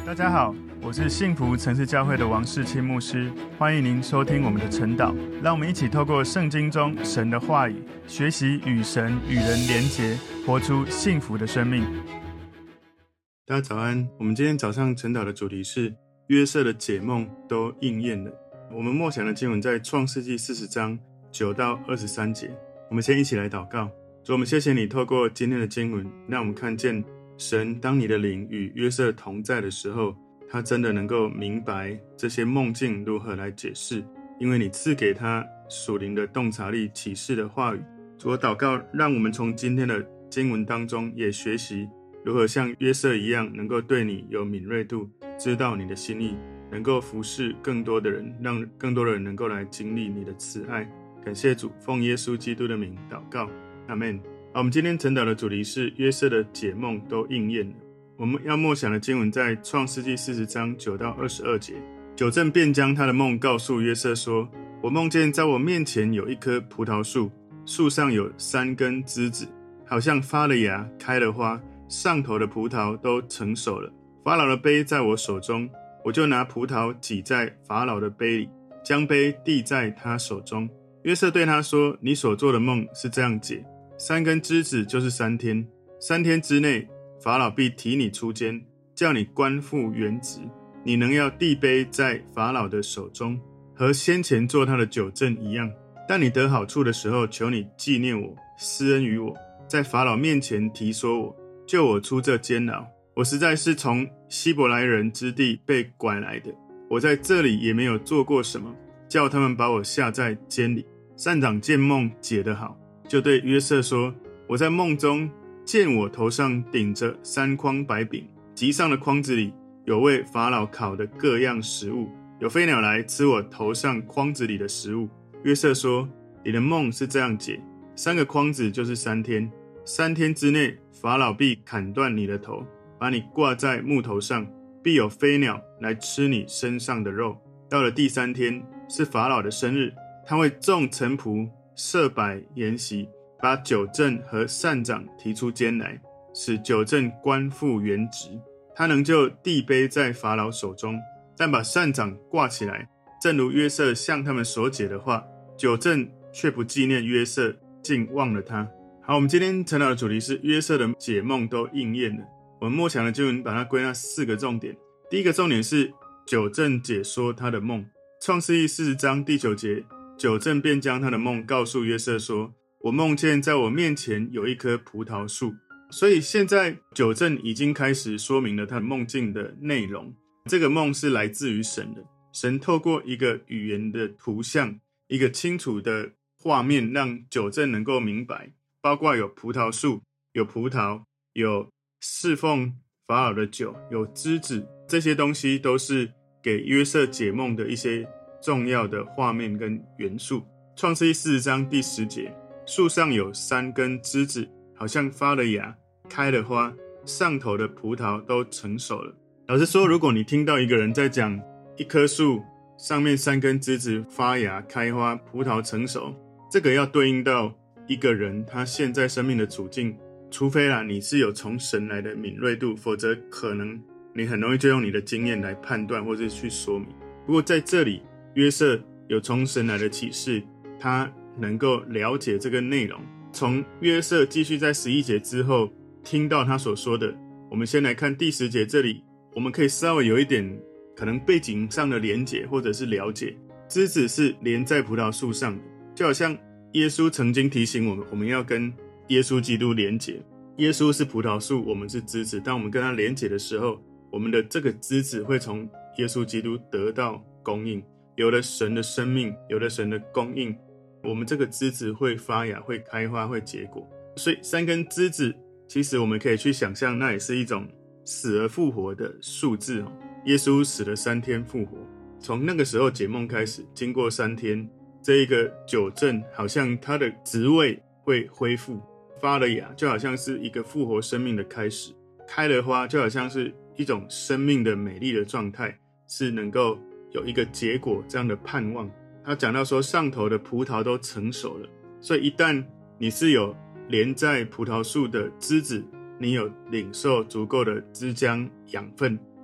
大家好，我是幸福城市教会的王世清牧师，欢迎您收听我们的晨祷。让我们一起透过圣经中神的话语，学习与神与人连结，活出幸福的生命。大家早安，我们今天早上晨祷的主题是约瑟的解梦都应验了。我们默想的经文在创世纪40章9到23节。我们先一起来祷告。主，我们谢谢你透过今天的经文，让我们看见神当你的灵与约瑟同在的时候，他真的能够明白这些梦境如何来解释，因为你赐给他属灵的洞察力启示的话语。主，我祷告让我们从今天的经文当中也学习如何像约瑟一样能够对你有敏锐度，知道你的心意，能够服侍更多的人，让更多的人能够来经历你的慈爱。感谢主，奉耶稣基督的名祷告，阿们。我们今天晨祷的主题是约瑟的解梦都应验了。我们要默想的经文在创世纪40章9到22节。九正便将他的梦告诉约瑟说，我梦见在我面前有一棵葡萄树，树上有3根枝子，好像发了芽开了花，上头的葡萄都成熟了。法老的杯在我手中，我就拿葡萄挤在法老的杯里，将杯递在他手中。约瑟对他说，你所做的梦是这样解，3根枝子就是3天，3天之内法老必提你出监，叫你官复原职。你能要递杯在法老的手中，和先前做他的九正一样。但你得好处的时候，求你纪念我，施恩于我，在法老面前提说我，救我出这监牢。我实在是从希伯来人之地被拐来的，我在这里也没有做过什么，叫他们把我下在监里。善长见梦解得好，就对约瑟说，我在梦中见我头上顶着3筐白饼，极上的筐子里有为法老烤的各样食物，有飞鸟来吃我头上筐子里的食物。约瑟说，你的梦是这样解，3个筐子就是3天，3天之内法老必砍断你的头，把你挂在木头上，必有飞鸟来吃你身上的肉。到了第3天是法老的生日，他会众臣仆设摆筵席，把九正和善长提出监来，使九正官复原职。他能就递杯在法老手中，但把善长挂起来，正如约瑟向他们所解的话。九正却不纪念约瑟，竟忘了他。好，我们今天晨祷的主题是约瑟的解梦都应验了。我们默想的经文把它归纳4个重点。第一个重点是九正解说他的梦。创世纪40章第9节，九正便将他的梦告诉约瑟说，我梦见在我面前有一棵葡萄树。所以现在九正已经开始说明了他的梦境的内容。这个梦是来自于神的，神透过一个语言的图像，一个清楚的画面，让九正能够明白，包括有葡萄树，有葡萄，有侍奉法老的酒，有枝子，这些东西都是给约瑟解梦的一些重要的画面跟元素。创世记40章第10节，树上有3根枝子，好像发了芽开了花，上头的葡萄都成熟了。老实说，如果你听到一个人在讲一棵树上面3根枝子发芽开花，葡萄成熟，这个要对应到一个人他现在生命的处境，除非你是有从神来的敏锐度，否则可能你很容易就用你的经验来判断或是去说明。不过在这里约瑟有从神来的启示，他能够了解这个内容。从约瑟继续在11节之后听到他所说的，我们先来看第10节，这里我们可以稍微有一点可能背景上的连结或者是了解。枝子是连在葡萄树上的，就好像耶稣曾经提醒我们，我们要跟耶稣基督连结。耶稣是葡萄树，我们是枝子，当我们跟他连结的时候，我们的这个枝子会从耶稣基督得到供应，有了神的生命，有了神的供应，我们这个枝子会发芽，会开花，会结果。所以3根枝子其实我们可以去想象，那也是一种死而复活的数字。耶稣死了3天复活，从那个时候解梦开始，经过3天，这一个九正好像他的职位会恢复，发了芽就好像是一个复活生命的开始，开了花就好像是一种生命的美丽的状态，是能够有一个结果这样的盼望。他讲到说上头的葡萄都成熟了，所以一旦你是有连在葡萄树的枝子，你有领受足够的汁浆养分，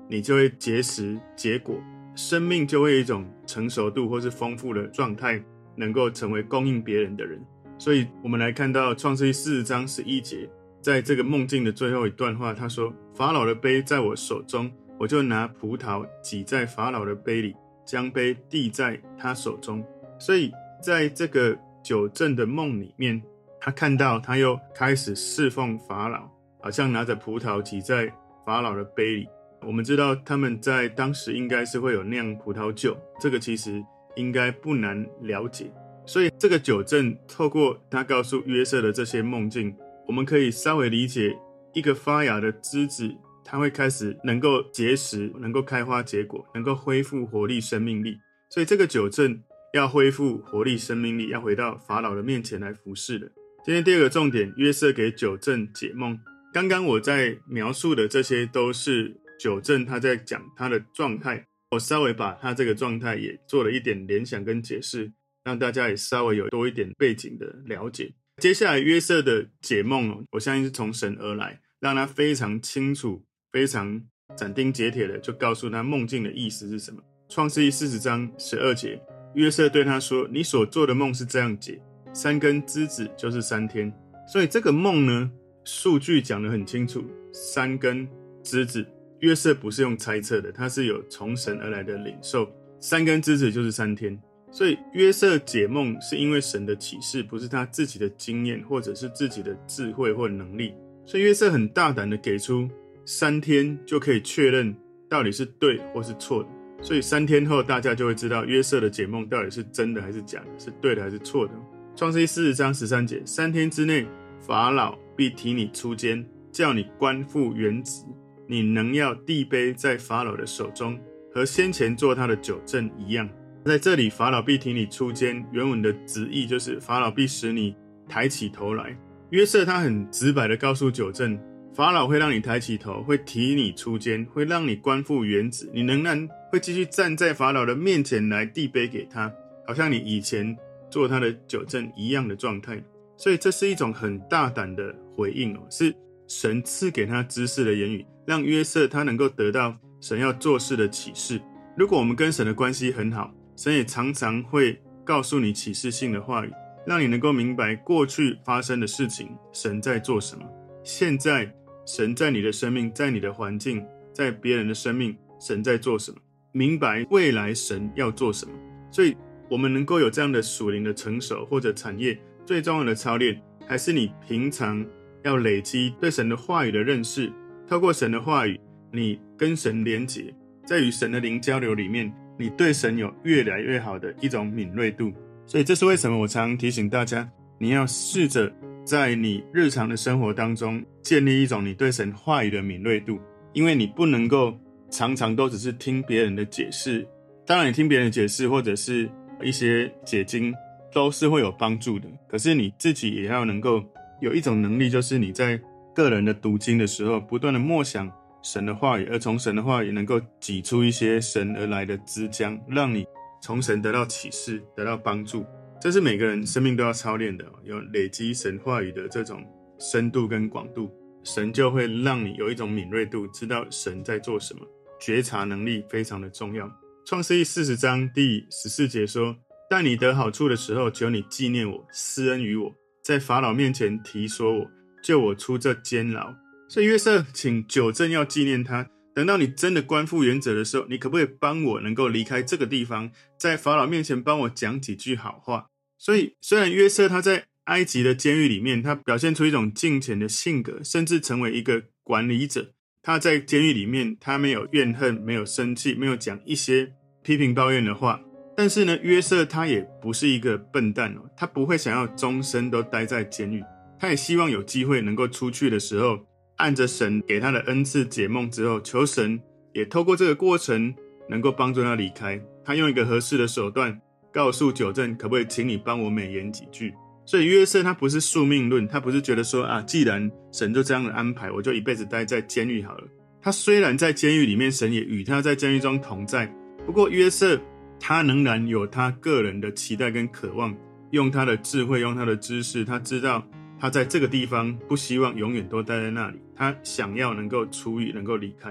你就会结实结果，生命就会有一种成熟度或是丰富的状态，能够成为供应别人的人。所以我们来看到创世记40章11节，在这个梦境的最后一段话，他说，法老的杯在我手中，我就拿葡萄挤在法老的杯里，将杯递在他手中。所以在这个酒政的梦里面，他看到他又开始侍奉法老，好像拿着葡萄挤在法老的杯里。我们知道他们在当时应该是会有酿葡萄酒，这个其实应该不难了解。所以这个酒政透过他告诉约瑟的这些梦境，我们可以稍微理解一个发芽的枝子，它会开始能够结实，能够开花结果，能够恢复活力生命力。所以这个酒政要恢复活力生命力，要回到法老的面前来服侍的。今天第二个重点，约瑟给酒政解梦。刚刚我在描述的这些都是酒政他在讲他的状态，我稍微把他这个状态也做了一点联想跟解释，让大家也稍微有多一点背景的了解。接下来约瑟的解梦，我相信是从神而来，让他非常清楚非常斩钉截铁的就告诉他梦境的意思是什么。创世记40章12节，约瑟对他说，你所做的梦是这样解，3根枝子就是3天。所以这个梦呢，数据讲得很清楚，3根枝子，约瑟不是用猜测的，他是有从神而来的领受，3根枝子就是3天。所以约瑟解梦是因为神的启示，不是他自己的经验或者是自己的智慧或能力。所以约瑟很大胆的给出3天就可以确认到底是对或是错的。所以3天后大家就会知道约瑟的解梦到底是真的还是假的，是对的还是错的。创世记40章13节，3天之内法老必提你出监，叫你官复原职，你能要递杯在法老的手中，和先前做他的酒政一样。在这里法老必提你出监，原文的直译就是法老必使你抬起头来。约瑟他很直白的告诉酒政，法老会让你抬起头，会提你出监，会让你官复原职，你仍然会继续站在法老的面前来递杯给他，好像你以前做他的酒政一样的状态。所以这是一种很大胆的回应，是神赐给他知识的言语，让约瑟他能够得到神要做事的启示。如果我们跟神的关系很好，神也常常会告诉你启示性的话语，让你能够明白过去发生的事情，神在做什么。现在神在你的生命，在你的环境，在别人的生命，神在做什么，明白未来神要做什么。所以我们能够有这样的属灵的成熟或者产业，最重要的操练还是你平常要累积对神的话语的认识，透过神的话语你跟神连结，在与神的灵交流里面，你对神有越来越好的一种敏锐度。所以这是为什么我常提醒大家，你要试着在你日常的生活当中建立一种你对神话语的敏锐度，因为你不能够常常都只是听别人的解释。当然你听别人的解释或者是一些解经都是会有帮助的，可是你自己也要能够有一种能力，就是你在个人的读经的时候不断的默想神的话语，而从神的话语能够挤出一些神而来的汁浆，让你从神得到启示，得到帮助。这是每个人生命都要操练的，有累积神话语的这种深度跟广度，神就会让你有一种敏锐度，知道神在做什么，觉察能力非常的重要。创世记40章第14节说，但你得好处的时候，求你纪念我，施恩于我，在法老面前提说我，救我出这监牢。所以约瑟请酒政要纪念他，等到你真的官复原职的时候，你可不可以帮我能够离开这个地方，在法老面前帮我讲几句好话。所以虽然约瑟他在埃及的监狱里面，他表现出一种敬虔的性格，甚至成为一个管理者，他在监狱里面他没有怨恨，没有生气，没有讲一些批评抱怨的话，但是呢，约瑟他也不是一个笨蛋，他不会想要终身都待在监狱，他也希望有机会能够出去的时候，按着神给他的恩赐解梦之后，求神也透过这个过程能够帮助他离开。他用一个合适的手段告诉酒政，可不可以请你帮我美言几句。所以约瑟他不是宿命论，他不是觉得说既然神就这样的安排，我就一辈子待在监狱好了。他虽然在监狱里面，神也与他在监狱中同在，不过约瑟他仍然有他个人的期待跟渴望，用他的智慧，用他的知识，他知道他在这个地方不希望永远都待在那里，他想要能够出狱，能够离开。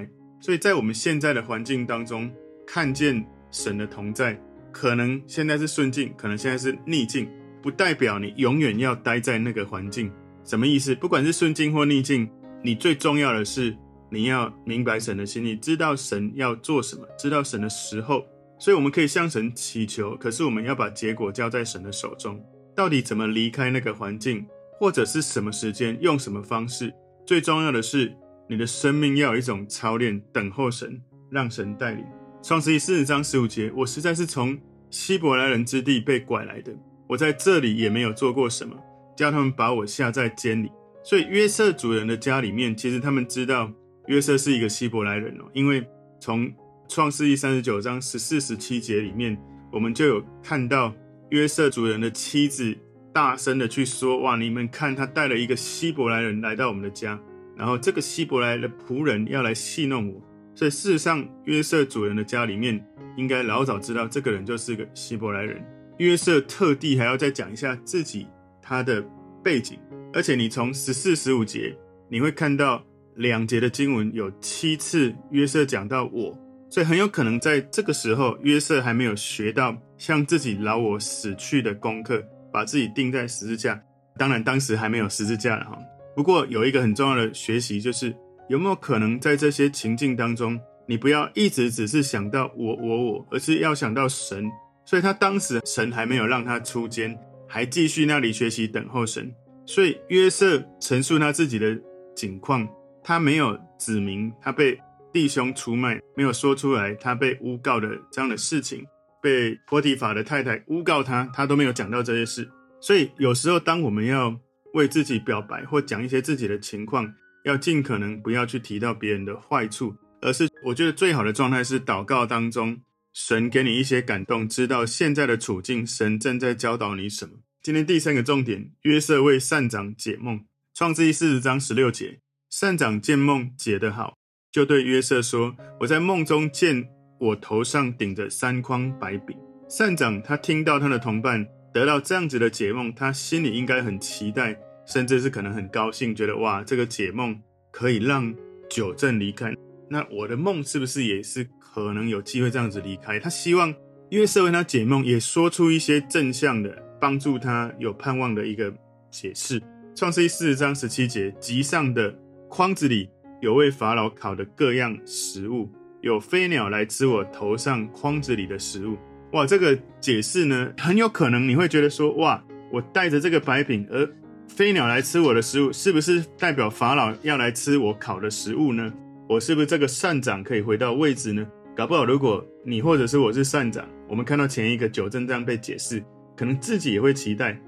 所以在我们现在的环境当中，看见神的同在，可能现在是顺境，可能现在是逆境，不代表你永远要待在那个环境。什么意思？不管是顺境或逆境，你最重要的是你要明白神的心意，知道神要做什么，知道神的时候。所以我们可以向神祈求，可是我们要把结果交在神的手中。到底怎么离开那个环境，或者是什么时间，用什么方式，最重要的是你的生命要有一种操练，等候神，让神带领。创世记40章15节，我实在是从希伯来人之地被拐来的，我在这里也没有做过什么，叫他们把我下在监里。所以约瑟族人的家里面，其实他们知道约瑟是一个希伯来人，因为从创世记39章14、17节里面，我们就有看到约瑟族人的妻子大声的去说，哇，你们看他带了一个希伯来人来到我们的家，然后这个希伯来的仆人要来戏弄我。所以事实上约瑟族人的家里面应该老早知道这个人就是个希伯来人。约瑟特地还要再讲一下自己他的背景，而且你从14、15节你会看到2节的经文有7次约瑟讲到我，所以很有可能在这个时候约瑟还没有学到向自己老我死去的功课，把自己钉在十字架。当然当时还没有十字架了，不过有一个很重要的学习，就是有没有可能在这些情境当中，你不要一直只是想到我，而是要想到神。所以他当时神还没有让他出监，还继续那里学习等候神。所以约瑟陈述他自己的境况，他没有指明他被弟兄出卖，没有说出来他被诬告的这样的事情，被波提法的太太诬告他都没有讲到这些事。所以有时候当我们要为自己表白或讲一些自己的情况，要尽可能不要去提到别人的坏处，而是我觉得最好的状态是祷告当中神给你一些感动，知道现在的处境神正在教导你什么。今天第3个重点，约瑟为善长解梦。创世记40章16节，善长见梦解得好，就对约瑟说，我在梦中见我头上顶着3筐白饼。善长他听到他的同伴得到这样子的解梦，他心里应该很期待，甚至是可能很高兴，觉得哇，这个解梦可以让九正离开，那我的梦是不是也是可能有机会这样子离开。他希望约瑟为他解梦，也说出一些正向的帮助他有盼望的一个解释。创世记40章17节，极上的筐子里有为法老烤的各样食物，有飞鸟来吃我头上筐子里的食物。哇，这个解释呢，很有可能你会觉得说，哇，我带着这个白饼，而飞鸟来吃我的食物，是不是代表法老要来吃我烤的食物呢？我是不是这个善长可以回到位置呢？搞不好如果你或者是我是善长，我们看到前一个九正这样被解释，可能自己也会期待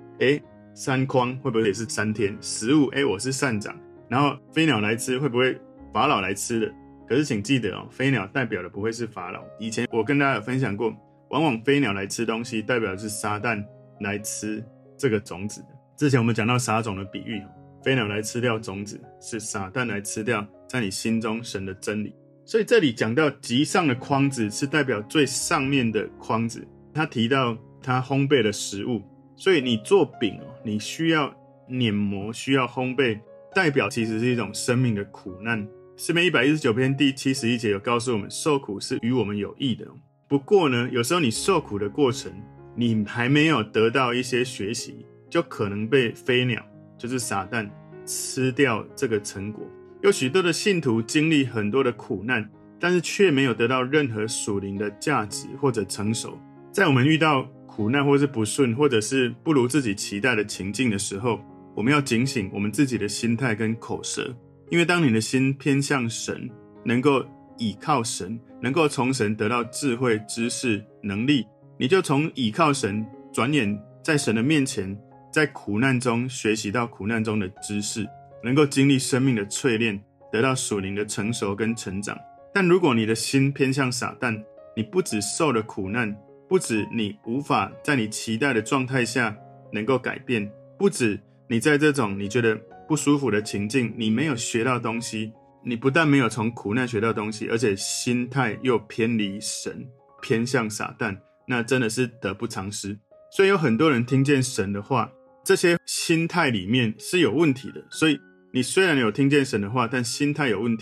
，3筐会不会也是3天食物？我是善长，然后飞鸟来吃会不会法老来吃的？可是请记得飞鸟代表的不会是法老。以前我跟大家有分享过，往往飞鸟来吃东西代表的是撒旦来吃这个种子的。之前我们讲到撒种的比喻，飞鸟来吃掉种子，是撒旦来吃掉在你心中神的真理。所以这里讲到极上的筐子是代表最上面的筐子，他提到他烘焙的食物。所以你做饼，你需要碾磨，需要烘焙，代表其实是一种生命的苦难。诗篇119篇第71节有告诉我们，受苦是与我们有益的。不过呢，有时候你受苦的过程，你还没有得到一些学习，就可能被飞鸟，就是撒旦吃掉这个成果。有许多的信徒经历很多的苦难，但是却没有得到任何属灵的价值或者成熟。在我们遇到苦难或是不顺，或者是不如自己期待的情境的时候，我们要警醒我们自己的心态跟口舌。因为当你的心偏向神，能够倚靠神，能够从神得到智慧、知识、能力，你就从倚靠神转眼在神的面前，在苦难中学习到苦难中的知识，能够经历生命的淬炼，得到属灵的成熟跟成长。但如果你的心偏向撒旦，你不只受了苦难，不止你无法在你期待的状态下能够改变，不止你在这种你觉得不舒服的情境你没有学到东西，你不但没有从苦难学到东西，而且心态又偏离神，偏向撒旦，那真的是得不偿失。所以有很多人听见神的话，这些心态里面是有问题的。所以你虽然有听见神的话，但心态有问题，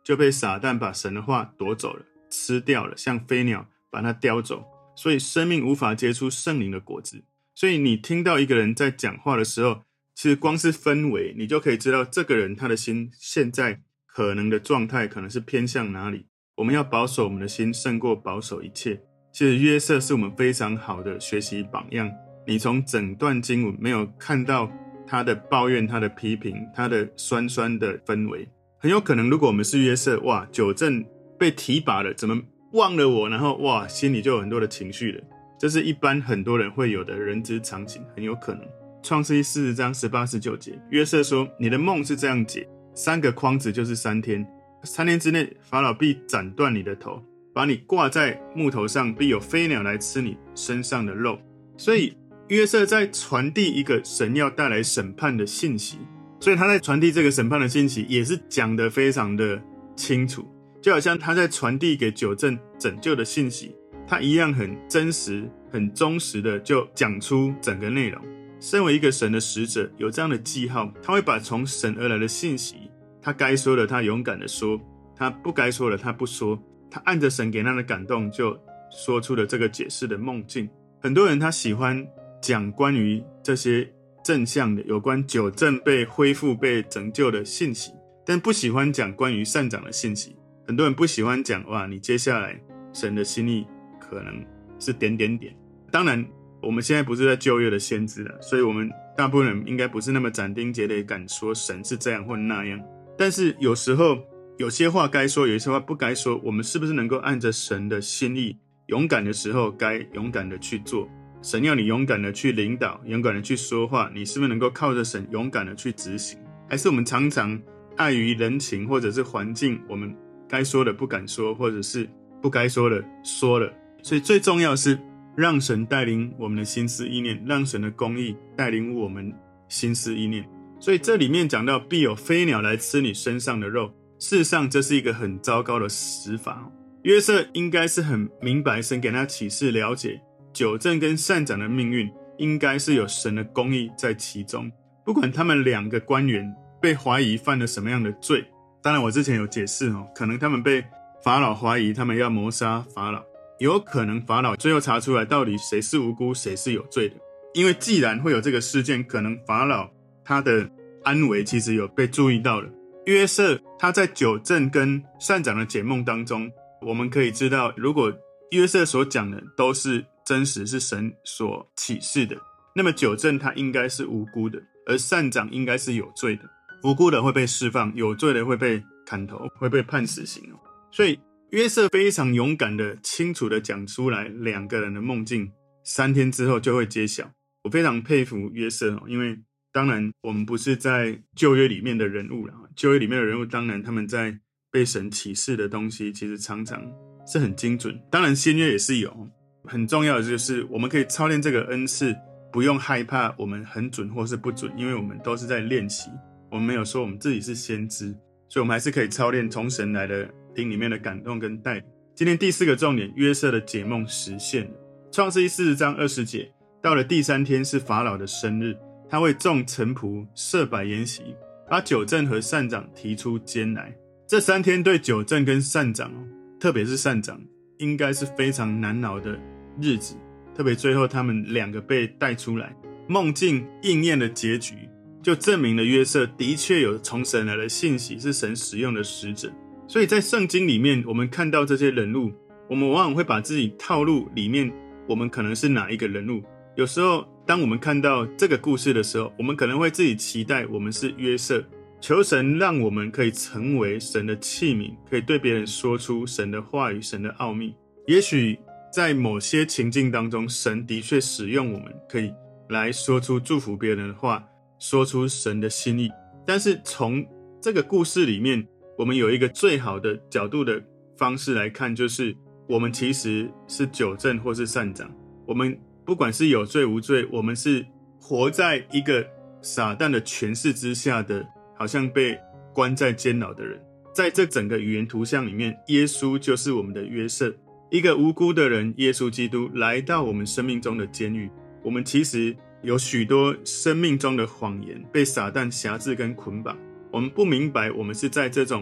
就被撒旦把神的话夺走了，吃掉了，像飞鸟把它叼走，所以生命无法结出圣灵的果子。所以你听到一个人在讲话的时候，其实光是氛围你就可以知道这个人他的心现在可能的状态可能是偏向哪里。我们要保守我们的心胜过保守一切。其实约瑟是我们非常好的学习榜样，你从整段经文没有看到他的抱怨，他的批评，他的酸酸的氛围。很有可能如果我们是约瑟，哇，九正被提拔了，怎么忘了我，然后哇，心里就有很多的情绪了。这是一般很多人会有的人之常情，很有可能。创世记40章18、19节，约瑟说，你的梦是这样解，3个筐子就是3天，3天之内法老必斩断你的头，把你挂在木头上，必有飞鸟来吃你身上的肉。所以约瑟在传递一个神要带来审判的信息，所以他在传递这个审判的信息也是讲得非常的清楚，就好像他在传递给九正拯救的信息，他一样很真实很忠实的就讲出整个内容。身为一个神的使者，有这样的记号，他会把从神而来的信息，他该说的他勇敢的说，他不该说的他不说，他按着神给他的感动就说出了这个解释的梦境。很多人他喜欢讲关于这些正向的有关九正被恢复被拯救的信息，但不喜欢讲关于善长的信息。很多人不喜欢讲，哇，你接下来神的心意可能是点点点。当然我们现在不是在旧约的先知了，所以我们大部分人应该不是那么斩钉截铁敢说神是这样或那样。但是有时候有些话该说，有些话不该说，我们是不是能够按着神的心意，勇敢的时候该勇敢的去做。神要你勇敢的去领导，勇敢的去说话，你是不是能够靠着神勇敢的去执行？还是我们常常碍于人情或者是环境，我们该说的不敢说，或者是不该说的说了。所以最重要的是让神带领我们的心思意念，让神的公义带领我们心思意念。所以这里面讲到必有飞鸟来吃你身上的肉，事实上这是一个很糟糕的死法。约瑟应该是很明白神给他启示，了解九正跟善长的命运应该是有神的公义在其中。不管他们2个官员被怀疑犯了什么样的罪，当然我之前有解释，可能他们被法老怀疑他们要谋杀法老，有可能法老最后查出来到底谁是无辜谁是有罪的。因为既然会有这个事件，可能法老他的安危其实有被注意到了。约瑟他在九正跟善长的解梦当中，我们可以知道，如果约瑟所讲的都是真实，是神所启示的，那么九正他应该是无辜的，而善长应该是有罪的。无辜的会被释放，有罪的会被砍头，会被判死刑。所以约瑟非常勇敢的清楚的讲出来2个人的梦境，3天之后就会揭晓。我非常佩服约瑟，因为当然我们不是在旧约里面的人物啦，旧约里面的人物当然他们在被神启示的东西其实常常是很精准，当然新约也是有。很重要的就是我们可以操练这个恩赐，不用害怕我们很准或是不准，因为我们都是在练习，我们没有说我们自己是先知，所以我们还是可以操练从神来的灵里面的感动跟带领。今天第4个重点，约瑟的解梦实现了。创世记40章20节，到了第3天是法老的生日，他为众臣仆设摆筵席，把九正和善长提出监来。这3天对九正跟善长，特别是善长，应该是非常难熬的日子，特别最后他们2个被带出来，梦境应验的结局就证明了约瑟的确有从神来的信息，是神使用的使者。所以在圣经里面我们看到这些人物，我们往往会把自己套入里面，我们可能是哪一个人物。有时候当我们看到这个故事的时候，我们可能会自己期待我们是约瑟，求神让我们可以成为神的器皿，可以对别人说出神的话语，神的奥秘。也许在某些情境当中，神的确使用我们，可以来说出祝福别人的话，说出神的心意。但是从这个故事里面，我们有一个最好的角度的方式来看，就是我们其实是九正或是善长，我们不管是有罪无罪，我们是活在一个撒旦的权势之下的，好像被关在监牢的人。在这整个语言图像里面，耶稣就是我们的约瑟，一个无辜的人，耶稣基督来到我们生命中的监狱。我们其实有许多生命中的谎言被撒旦辖制跟捆绑，我们不明白我们是在这种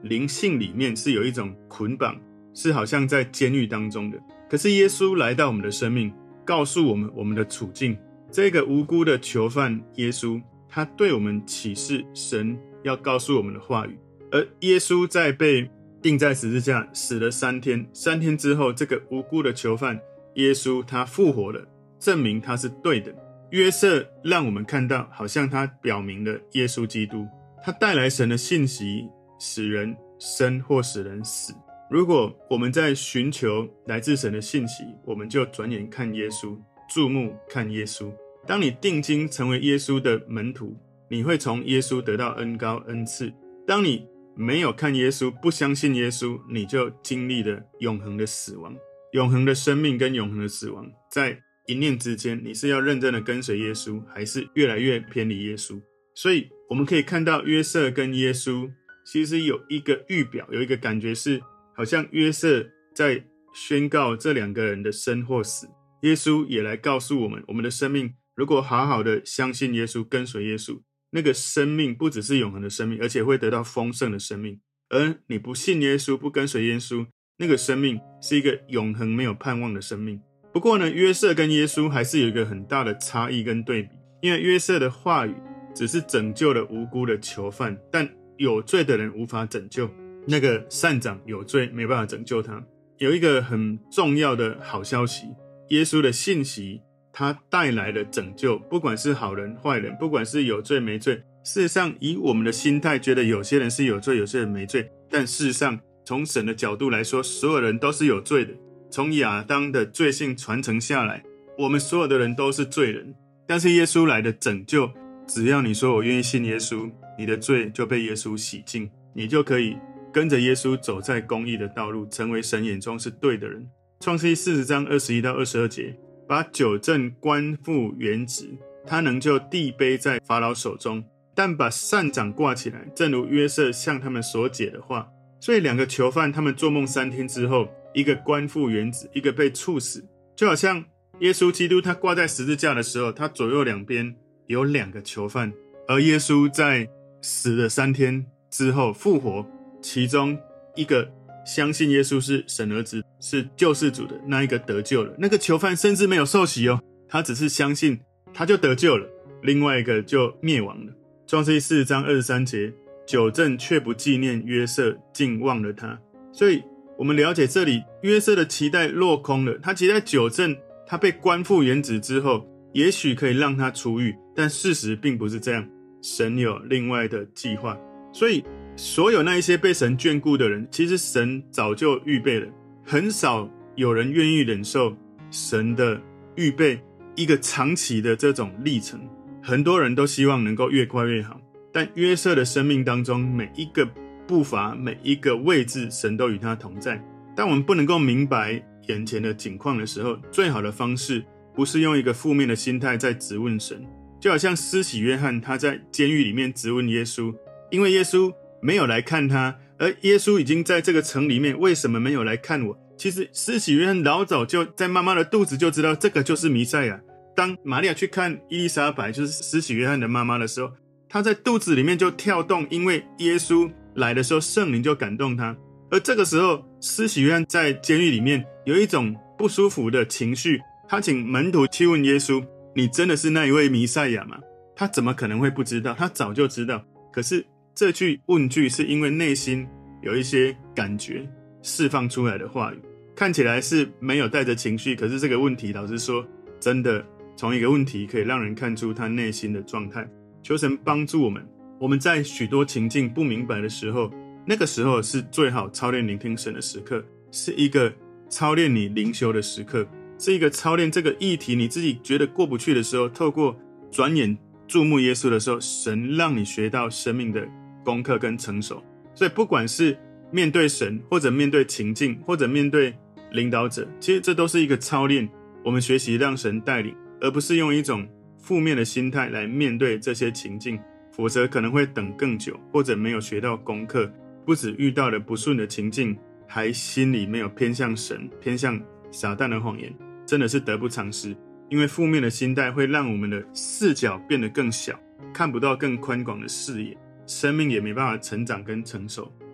灵性里面是有一种捆绑，是好像在监狱当中的。可是耶稣来到我们的生命，告诉我们我们的处境。这个无辜的囚犯耶稣，他对我们启示神要告诉我们的话语。而耶稣在被钉在十字架死了3天，3天之后，这个无辜的囚犯耶稣他复活了，证明他是对的。约瑟让我们看到，好像他表明了耶稣基督，他带来神的信息，使人生或使人死。如果我们在寻求来自神的信息，我们就转眼看耶稣，注目看耶稣。当你定睛成为耶稣的门徒，你会从耶稣得到恩膏恩赐。当你没有看耶稣，不相信耶稣，你就经历了永恒的死亡。永恒的生命跟永恒的死亡在一念之间，你是要认真的跟随耶稣，还是越来越偏离耶稣？所以我们可以看到约瑟跟耶稣其实有一个预表，有一个感觉是好像约瑟在宣告这2个人的生或死，耶稣也来告诉我们，我们的生命如果好好的相信耶稣，跟随耶稣，那个生命不只是永恒的生命，而且会得到丰盛的生命。而你不信耶稣，不跟随耶稣，那个生命是一个永恒没有盼望的生命。不过呢，约瑟跟耶稣还是有一个很大的差异跟对比，因为约瑟的话语只是拯救了无辜的囚犯，但有罪的人无法拯救，那个善长有罪，没办法拯救他。有一个很重要的好消息，耶稣的信息他带来了拯救，不管是好人坏人，不管是有罪没罪。事实上以我们的心态觉得有些人是有罪，有些人没罪，但事实上从神的角度来说，所有人都是有罪的。从亚当的罪性传承下来，我们所有的人都是罪人。但是耶稣来的拯救，只要你说我愿意信耶稣，你的罪就被耶稣洗净，你就可以跟着耶稣走在公义的道路，成为神眼中是对的人。创世记40章21到22节，把九正官复原职，他能就地杯在法老手中，但把善长挂起来，正如约瑟向他们所解的话。所以2个囚犯他们做梦3天之后，一个官复原职，一个被处死。就好像耶稣基督他挂在十字架的时候，他左右两边有2个囚犯，而耶稣在死了3天之后复活，其中一个相信耶稣是神儿子，是救世主的那一个得救了，那个囚犯甚至没有受洗哦，他只是相信他就得救了，另外一个就灭亡了。创世记40章23节，九正却不纪念约瑟，竟忘了他。所以我们了解这里约瑟的期待落空了，他期待九正他被官复原职之后也许可以让他出狱，但事实并不是这样，神有另外的计划。所以所有那一些被神眷顾的人，其实神早就预备了，很少有人愿意忍受神的预备一个长期的这种历程，很多人都希望能够越快越好。但约瑟的生命当中，每一个步伐，每一个位置，神都与他同在。当我们不能够明白眼前的景况的时候，最好的方式不是用一个负面的心态在质问神。就好像施洗约翰他在监狱里面质问耶稣，因为耶稣没有来看他，而耶稣已经在这个城里面，为什么没有来看我？其实施洗约翰老早就在妈妈的肚子就知道这个就是弥赛亚。当玛利亚去看伊丽莎白，就是施洗约翰的妈妈的时候，他在肚子里面就跳动，因为耶稣来的时候圣灵就感动他。而这个时候施洗约翰在监狱里面有一种不舒服的情绪，他请门徒去问耶稣，你真的是那一位弥赛亚吗？他怎么可能会不知道？他早就知道。可是这句问句是因为内心有一些感觉释放出来的话语，看起来是没有带着情绪，可是这个问题老实说真的从一个问题可以让人看出他内心的状态。求神帮助我们，我们在许多情境不明白的时候，那个时候是最好操练聆听神的时刻，是一个操练你灵修的时刻，是一个操练这个议题你自己觉得过不去的时候，透过转眼注目耶稣的时候，神让你学到生命的功课跟成熟。所以不管是面对神，或者面对情境，或者面对领导者，其实这都是一个操练，我们学习让神带领，而不是用一种负面的心态来面对这些情境，否则可能会等更久，或者没有学到功课，不只遇到了不顺的情境，还心里没有偏向神，偏向撒旦的谎言，真的是得不偿失。因为负面的心态会让我们的视角变得更小，看不到更宽广的视野，生命也没办法成长跟成熟。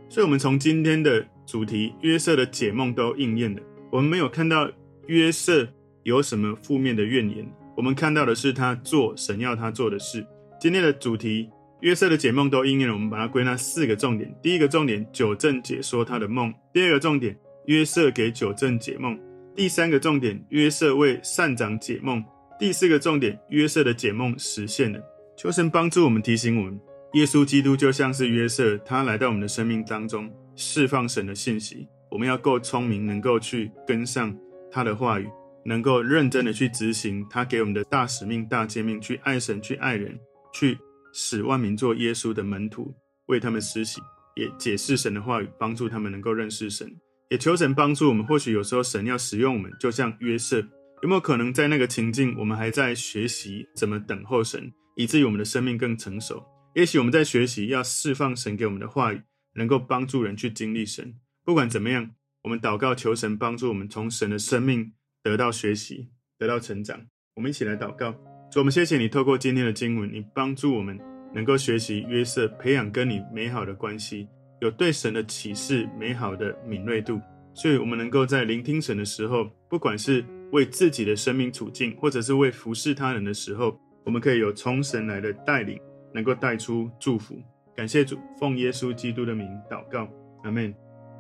所以我们从今天的主题约瑟的解梦都应验了。我们没有看到约瑟有什么负面的怨言，我们看到的是他做神要他做的事。今天的主题约瑟的解梦都应验了，我们把它归纳4个重点。第一个重点，九正解说他的梦；第二个重点，约瑟给九正解梦；第三个重点，约瑟为善长解梦；第4个重点，约瑟的解梦实现了。求神帮助我们，提醒我们，耶稣基督就像是约瑟，他来到我们的生命当中，释放神的信息。我们要够聪明，能够去跟上他的话语，能够认真的去执行他给我们的大使命、大诫命，去爱神，去爱人，去使万民做耶稣的门徒，为他们施洗，也解释神的话语，帮助他们能够认识神。也求神帮助我们，或许有时候神要使用我们，就像约瑟，有没有可能在那个情境，我们还在学习怎么等候神，以至于我们的生命更成熟。也许我们在学习要释放神给我们的话语，能够帮助人去经历神。不管怎么样，我们祷告求神帮助我们从神的生命得到学习，得到成长。我们一起来祷告。主，我们谢谢你透过今天的经文，你帮助我们能够学习约瑟，培养跟你美好的关系，有对神的启示美好的敏锐度，所以我们能够在聆听神的时候，不管是为自己的生命处境，或者是为服侍他人的时候，我们可以有从神来的带领，能够带出祝福。感谢主，奉耶稣基督的名祷告，阿们。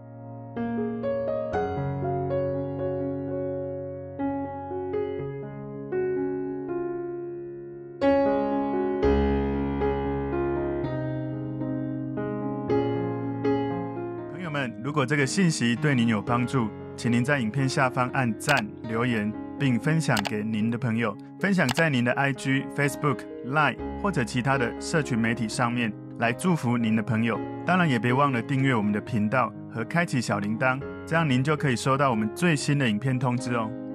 朋友们，如果这个信息对您有帮助，请您在影片下方按赞、留言，并分享给您的朋友，分享在您的 IG、Facebook、Line 或者其他的社群媒体上面，来祝福您的朋友。当然也别忘了订阅我们的频道和开启小铃铛，这样您就可以收到我们最新的影片通知哦。